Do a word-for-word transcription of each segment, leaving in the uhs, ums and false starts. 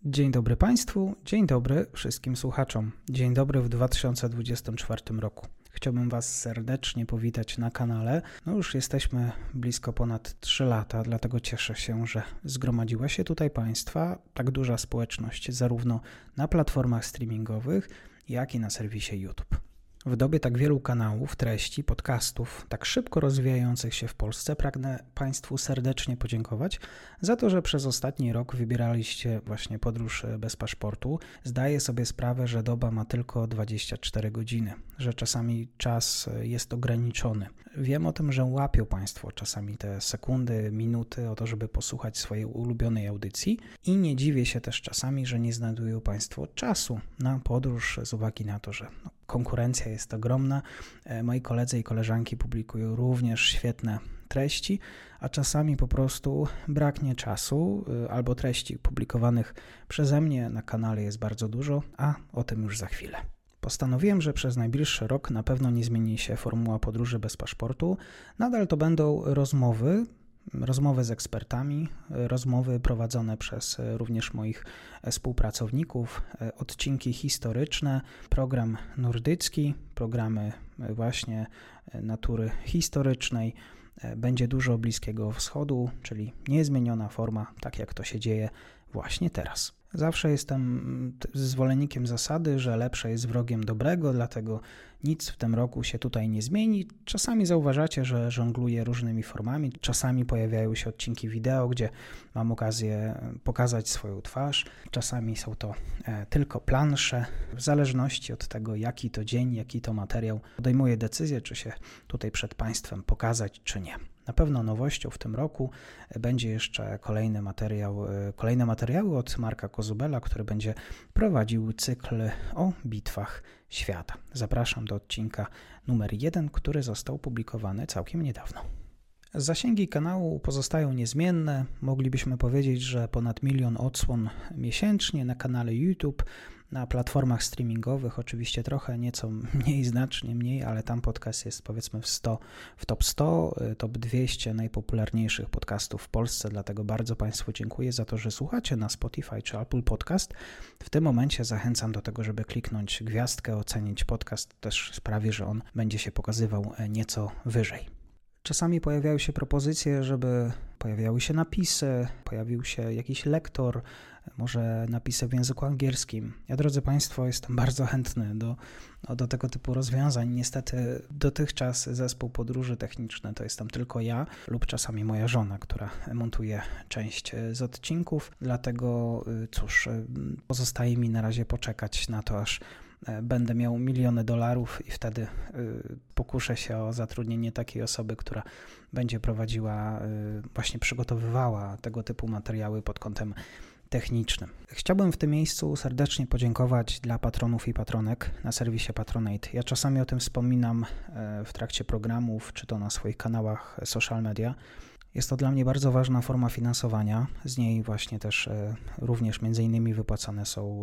Dzień dobry Państwu, dzień dobry wszystkim słuchaczom. Dzień dobry w dwa tysiące dwudziestym czwartym roku. Chciałbym Was serdecznie powitać na kanale. No już jesteśmy blisko ponad trzy lata, dlatego cieszę się, że zgromadziła się tutaj Państwa tak duża społeczność zarówno na platformach streamingowych, jak i na serwisie YouTube. W dobie tak wielu kanałów, treści, podcastów, tak szybko rozwijających się w Polsce, pragnę Państwu serdecznie podziękować za to, że przez ostatni rok wybieraliście właśnie podróż bez paszportu. Zdaję sobie sprawę, że doba ma tylko dwadzieścia cztery godziny, że czasami czas jest ograniczony. Wiem o tym, że łapią Państwo czasami te sekundy, minuty o to, żeby posłuchać swojej ulubionej audycji i nie dziwię się też czasami, że nie znajdują Państwo czasu na podróż z uwagi na to, że no, konkurencja jest ogromna. Moi koledzy i koleżanki publikują również świetne treści, a czasami po prostu braknie czasu albo treści publikowanych przeze mnie na kanale jest bardzo dużo, a o tym już za chwilę. Postanowiłem, że przez najbliższy rok na pewno nie zmieni się formuła podróży bez paszportu. Nadal to będą rozmowy, rozmowy z ekspertami, rozmowy prowadzone przez również moich współpracowników, odcinki historyczne, program nordycki, programy właśnie natury historycznej. Będzie dużo Bliskiego Wschodu, czyli niezmieniona forma, tak jak to się dzieje właśnie teraz. Zawsze jestem zwolennikiem zasady, że lepsze jest wrogiem dobrego, dlatego nic w tym roku się tutaj nie zmieni. Czasami zauważacie, że żongluję różnymi formami, czasami pojawiają się odcinki wideo, gdzie mam okazję pokazać swoją twarz, czasami są to tylko plansze. W zależności od tego, jaki to dzień, jaki to materiał, podejmuję decyzję, czy się tutaj przed Państwem pokazać, czy nie. Na pewno nowością w tym roku będzie jeszcze kolejny materiał, kolejne materiały od Marka Kozubela, który będzie prowadził cykl o bitwach świata. Zapraszam do odcinka numer jeden, który został publikowany całkiem niedawno. Zasięgi kanału pozostają niezmienne. Moglibyśmy powiedzieć, że ponad milion odsłon miesięcznie na kanale YouTube, na platformach streamingowych, oczywiście trochę nieco mniej, znacznie mniej, ale tam podcast jest powiedzmy w, sto, w top sto, top dwieście najpopularniejszych podcastów w Polsce, dlatego bardzo Państwu dziękuję za to, że słuchacie na Spotify czy Apple Podcast. W tym momencie zachęcam do tego, żeby kliknąć gwiazdkę, ocenić podcast, też sprawi, że on będzie się pokazywał nieco wyżej. Czasami pojawiają się propozycje, żeby pojawiały się napisy, pojawił się jakiś lektor, może napisy w języku angielskim. Ja, drodzy Państwo, jestem bardzo chętny do, do tego typu rozwiązań. Niestety dotychczas zespół podróży techniczne to jestem tylko ja lub czasami moja żona, która montuje część z odcinków. Dlatego cóż, pozostaje mi na razie poczekać na to, aż będę miał miliony dolarów i wtedy pokuszę się o zatrudnienie takiej osoby, która będzie prowadziła, właśnie przygotowywała tego typu materiały pod kątem technicznym. Chciałbym w tym miejscu serdecznie podziękować dla patronów i patronek na serwisie Patronite. Ja czasami o tym wspominam w trakcie programów, czy to na swoich kanałach social media. Jest to dla mnie bardzo ważna forma finansowania. Z niej właśnie też również między innymi wypłacane są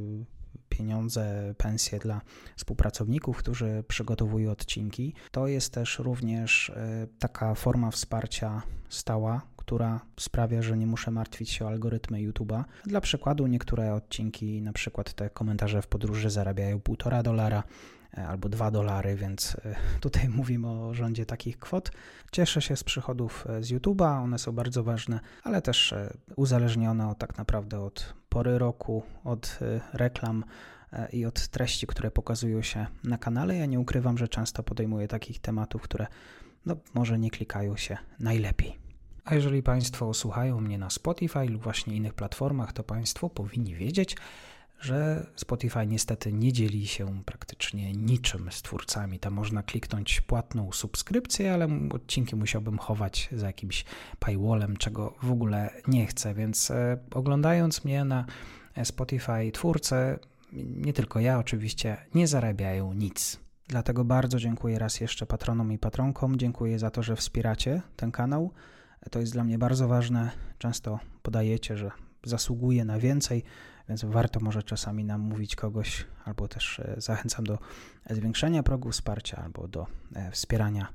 pieniądze, pensje dla współpracowników, którzy przygotowują odcinki. To jest też również taka forma wsparcia stała, która sprawia, że nie muszę martwić się o algorytmy YouTube'a. Dla przykładu niektóre odcinki, na przykład te komentarze w podróży zarabiają półtora dolara albo dwa dolary, więc tutaj mówimy o rządzie takich kwot. Cieszę się z przychodów z YouTube'a, one są bardzo ważne, ale też uzależnione od, tak naprawdę od pory roku, od reklam i od treści, które pokazują się na kanale. Ja nie ukrywam, że często podejmuję takich tematów, które no, może nie klikają się najlepiej. A jeżeli Państwo słuchają mnie na Spotify lub właśnie innych platformach, to Państwo powinni wiedzieć, że Spotify niestety nie dzieli się praktycznie niczym z twórcami. Tam można kliknąć płatną subskrypcję, ale odcinki musiałbym chować za jakimś paywallem, czego w ogóle nie chcę, więc e, oglądając mnie na Spotify twórcy, nie tylko ja oczywiście, nie zarabiają nic. Dlatego bardzo dziękuję raz jeszcze patronom i patronkom. Dziękuję za to, że wspieracie ten kanał. To jest dla mnie bardzo ważne. Często podajecie, że zasługuje na więcej, więc warto może czasami namówić kogoś, albo też zachęcam do zwiększenia progu wsparcia, albo do wspierania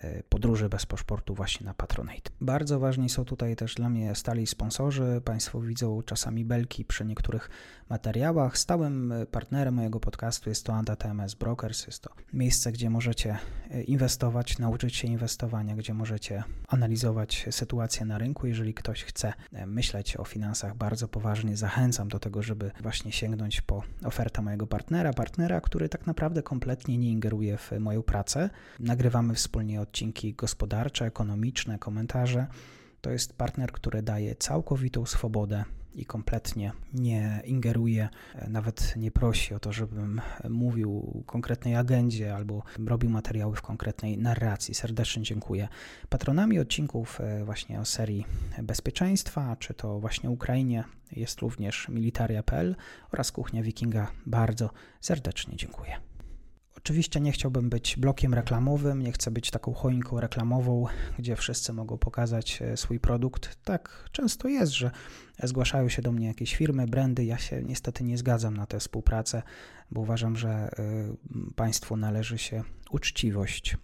podróży bez paszportu właśnie na Patronite. Bardzo ważni są tutaj też dla mnie stali sponsorzy. Państwo widzą czasami belki przy niektórych materiałach. Stałym partnerem mojego podcastu jest to Anda T M S Brokers. Jest to miejsce, gdzie możecie inwestować, nauczyć się inwestowania, gdzie możecie analizować sytuację na rynku. Jeżeli ktoś chce myśleć o finansach bardzo poważnie, zachęcam do tego, żeby właśnie sięgnąć po ofertę mojego partnera, partnera, który tak naprawdę kompletnie nie ingeruje w moją pracę. Nagrywamy wspólnie odcinki gospodarcze, ekonomiczne, komentarze. To jest partner, który daje całkowitą swobodę i kompletnie nie ingeruje, nawet nie prosi o to, żebym mówił o konkretnej agendzie albo robił materiały w konkretnej narracji. Serdecznie dziękuję. Patronami odcinków właśnie o serii bezpieczeństwa, czy to właśnie Ukrainie, jest również militaria kropka p l oraz Kuchnia Wikinga. Bardzo serdecznie dziękuję. Oczywiście nie chciałbym być blokiem reklamowym, nie chcę być taką choinką reklamową, gdzie wszyscy mogą pokazać swój produkt. Tak często jest, że zgłaszają się do mnie jakieś firmy, brandy. Ja się niestety nie zgadzam na tę współpracę, bo uważam, że państwu należy się uczciwość.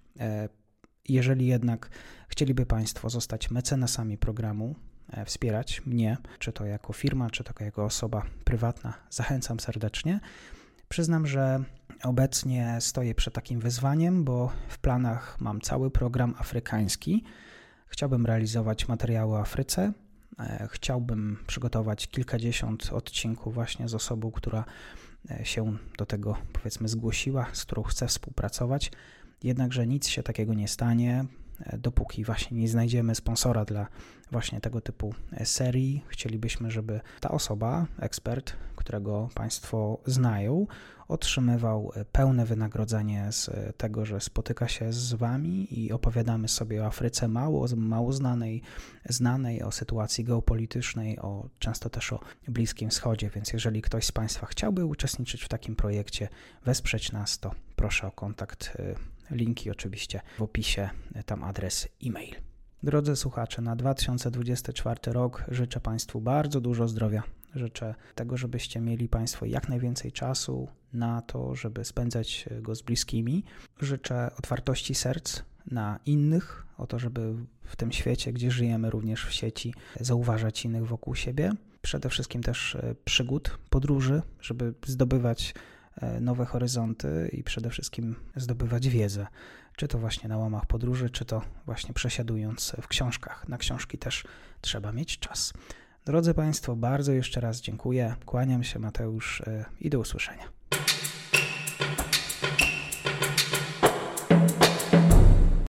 Jeżeli jednak chcieliby państwo zostać mecenasami programu, wspierać mnie, czy to jako firma, czy to jako osoba prywatna, zachęcam serdecznie. Przyznam, że obecnie stoję przed takim wyzwaniem, bo w planach mam cały program afrykański. Chciałbym realizować materiały o Afryce. Chciałbym przygotować kilkadziesiąt odcinków właśnie z osobą, która się do tego, powiedzmy, zgłosiła, z którą chcę współpracować. Jednakże nic się takiego nie stanie, dopóki właśnie nie znajdziemy sponsora dla właśnie tego typu serii. Chcielibyśmy, żeby ta osoba, ekspert, którego państwo znają, otrzymywał pełne wynagrodzenie z tego, że spotyka się z wami i opowiadamy sobie o Afryce mało, mało znanej, znanej, o sytuacji geopolitycznej, o często też o Bliskim Wschodzie, więc jeżeli ktoś z państwa chciałby uczestniczyć w takim projekcie, wesprzeć nas, to proszę o kontakt. Linki oczywiście w opisie, tam adres e-mail. Drodzy słuchacze, na dwa tysiące dwudziesty czwarty rok życzę państwu bardzo dużo zdrowia. Życzę tego, żebyście mieli państwo jak najwięcej czasu na to, żeby spędzać go z bliskimi. Życzę otwartości serc na innych, o to, żeby w tym świecie, gdzie żyjemy, również w sieci, zauważać innych wokół siebie. Przede wszystkim też przygód, podróży, żeby zdobywać nowe horyzonty i przede wszystkim zdobywać wiedzę, czy to właśnie na łamach podróży, czy to właśnie przesiadując w książkach. Na książki też trzeba mieć czas. Drodzy Państwo, bardzo jeszcze raz dziękuję, kłaniam się, Mateusz i do usłyszenia.